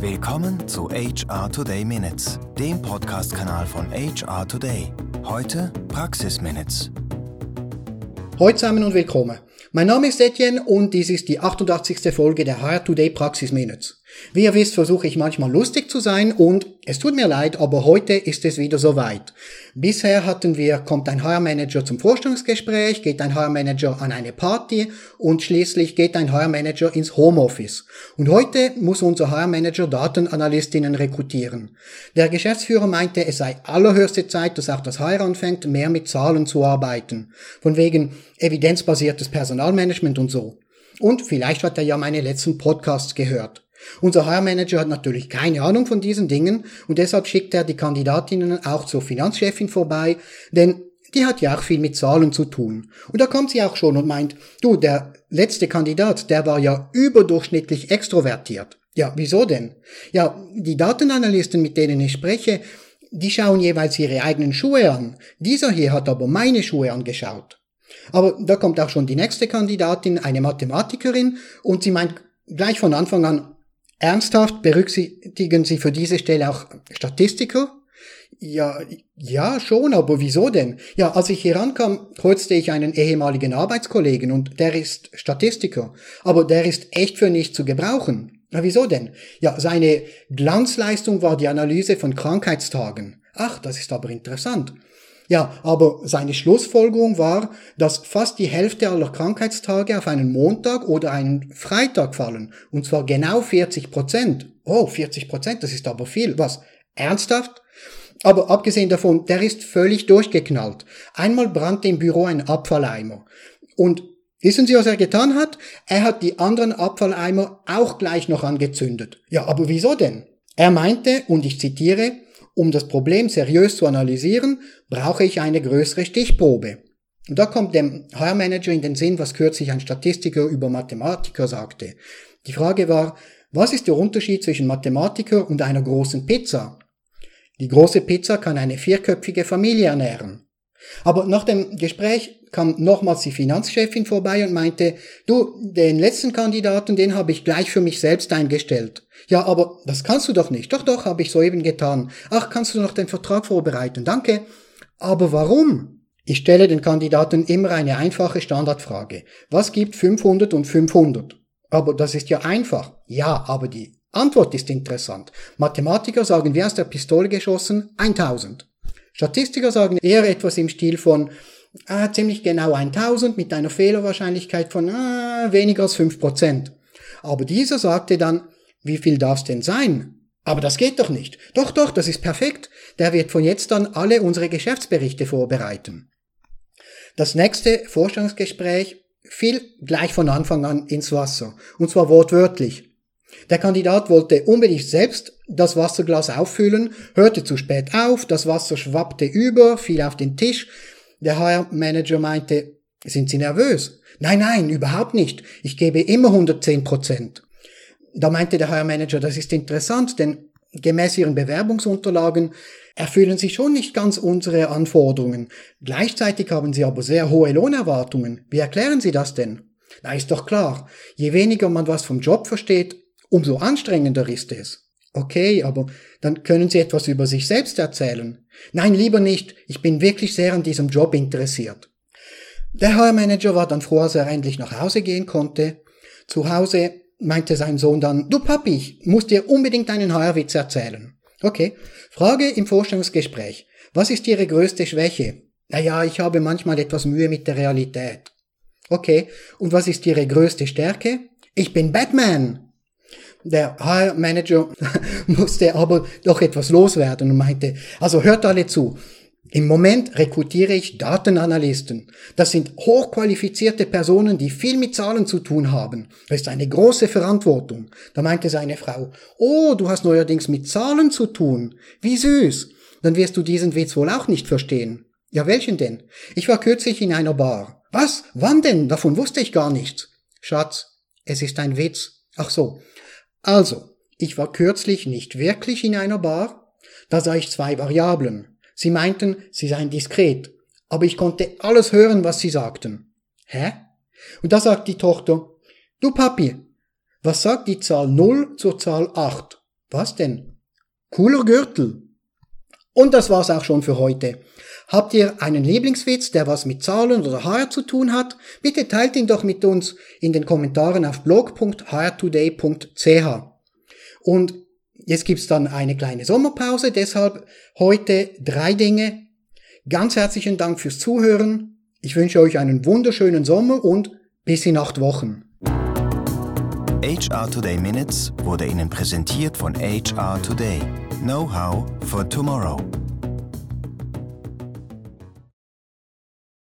Willkommen zu HR Today Minutes, dem Podcast-Kanal von HR Today. Heute Praxis Minutes. Hallo zusammen und willkommen. Mein Name ist Etienne und dies ist die 88. Folge der HR Today Praxis Minutes. Wie ihr wisst, versuche ich manchmal lustig zu sein und es tut mir leid, aber heute ist es wieder soweit. Bisher kommt ein HR-Manager zum Vorstellungsgespräch, geht ein HR-Manager an eine Party und schließlich geht ein HR-Manager ins Homeoffice. Und heute muss unser HR-Manager Datenanalystinnen rekrutieren. Der Geschäftsführer meinte, es sei allerhöchste Zeit, dass auch das HR anfängt, mehr mit Zahlen zu arbeiten. Von wegen evidenzbasiertes Personalmanagement und so. Und vielleicht hat er ja meine letzten Podcasts gehört. Unser HR-Manager hat natürlich keine Ahnung von diesen Dingen und deshalb schickt er die Kandidatinnen auch zur Finanzchefin vorbei, denn die hat ja auch viel mit Zahlen zu tun. Und da kommt sie auch schon und meint, du, der letzte Kandidat, der war ja überdurchschnittlich extrovertiert. Ja, wieso denn? Ja, die Datenanalysten, mit denen ich spreche, die schauen jeweils ihre eigenen Schuhe an. Dieser hier hat aber meine Schuhe angeschaut. Aber da kommt auch schon die nächste Kandidatin, eine Mathematikerin, und sie meint gleich von Anfang an, ernsthaft berücksichtigen Sie für diese Stelle auch Statistiker? Ja, schon, aber wieso denn? Ja, als ich hier ankam, kreuzte ich einen ehemaligen Arbeitskollegen und der ist Statistiker, aber der ist echt für nichts zu gebrauchen. Na, wieso denn? Ja, seine Glanzleistung war die Analyse von Krankheitstagen. Ach, das ist aber interessant. Ja, aber seine Schlussfolgerung war, dass fast die Hälfte aller Krankheitstage auf einen Montag oder einen Freitag fallen. Und zwar genau 40%. Oh, 40%, das ist aber viel. Was? Ernsthaft? Aber abgesehen davon, der ist völlig durchgeknallt. Einmal brannte im Büro ein Abfalleimer. Und wissen Sie, was er getan hat? Er hat die anderen Abfalleimer auch gleich noch angezündet. Ja, aber wieso denn? Er meinte, und ich zitiere, um das Problem seriös zu analysieren, brauche ich eine größere Stichprobe. Und da kommt dem HR-Manager in den Sinn, was kürzlich ein Statistiker über Mathematiker sagte. Die Frage war, was ist der Unterschied zwischen Mathematiker und einer großen Pizza? Die große Pizza kann eine 4-köpfige Familie ernähren. Aber nach dem Gespräch kam nochmals die Finanzchefin vorbei und meinte, du, den letzten Kandidaten, den habe ich gleich für mich selbst eingestellt. Ja, aber das kannst du doch nicht. Doch, habe ich soeben getan. Ach, kannst du noch den Vertrag vorbereiten? Danke. Aber warum? Ich stelle den Kandidaten immer eine einfache Standardfrage. Was gibt 500 und 500? Aber das ist ja einfach. Ja, aber die Antwort ist interessant. Mathematiker sagen wie aus der Pistole geschossen 1000. Statistiker sagen eher etwas im Stil von ziemlich genau 1000 mit einer Fehlerwahrscheinlichkeit von weniger als 5%. Aber dieser sagte dann, wie viel darf's denn sein? Aber das geht doch nicht. Doch, das ist perfekt. Der wird von jetzt an alle unsere Geschäftsberichte vorbereiten. Das nächste Vorstellungsgespräch fiel gleich von Anfang an ins Wasser. Und zwar wortwörtlich. Der Kandidat wollte unbedingt selbst das Wasserglas auffüllen, hörte zu spät auf, das Wasser schwappte über, fiel auf den Tisch. Der HR-Manager meinte, sind Sie nervös? Nein, überhaupt nicht. Ich gebe immer 110%. Da meinte der HR-Manager, das ist interessant, denn gemäß Ihren Bewerbungsunterlagen erfüllen Sie schon nicht ganz unsere Anforderungen. Gleichzeitig haben Sie aber sehr hohe Lohnerwartungen. Wie erklären Sie das denn? Na, ist doch klar. Je weniger man was vom Job versteht, umso anstrengender ist es. Okay, aber dann können Sie etwas über sich selbst erzählen. Nein, lieber nicht. Ich bin wirklich sehr an diesem Job interessiert. Der HR-Manager war dann froh, als er endlich nach Hause gehen konnte. Zu Hause meinte sein Sohn dann, du Papi, ich muss dir unbedingt einen HR-Witz erzählen. Okay. Frage im Vorstellungsgespräch. Was ist Ihre größte Schwäche? Naja, ich habe manchmal etwas Mühe mit der Realität. Okay. Und was ist Ihre größte Stärke? Ich bin Batman. Der HR-Manager musste aber doch etwas loswerden und meinte, also hört alle zu. Im Moment rekrutiere ich Datenanalysten. Das sind hochqualifizierte Personen, die viel mit Zahlen zu tun haben. Das ist eine große Verantwortung. Da meinte seine Frau, oh, du hast neuerdings mit Zahlen zu tun. Wie süß. Dann wirst du diesen Witz wohl auch nicht verstehen. Ja, welchen denn? Ich war kürzlich in einer Bar. Was? Wann denn? Davon wusste ich gar nichts. Schatz, es ist ein Witz. Ach so. Also, ich war kürzlich nicht wirklich in einer Bar. Da sah ich 2 Variablen. Sie meinten, sie seien diskret, aber ich konnte alles hören, was sie sagten. Hä? Und da sagt die Tochter, du Papi, was sagt die Zahl 0 zur Zahl 8? Was denn? Cooler Gürtel. Und das war's auch schon für heute. Habt ihr einen Lieblingswitz, der was mit Zahlen oder HR zu tun hat? Bitte teilt ihn doch mit uns in den Kommentaren auf blog.hrtoday.ch. Und jetzt gibt's dann eine kleine Sommerpause, deshalb heute 3 Dinge. Ganz herzlichen Dank fürs Zuhören. Ich wünsche euch einen wunderschönen Sommer und bis in 8 Wochen. HR Today Minutes wurde Ihnen präsentiert von HR Today. Know-how for tomorrow.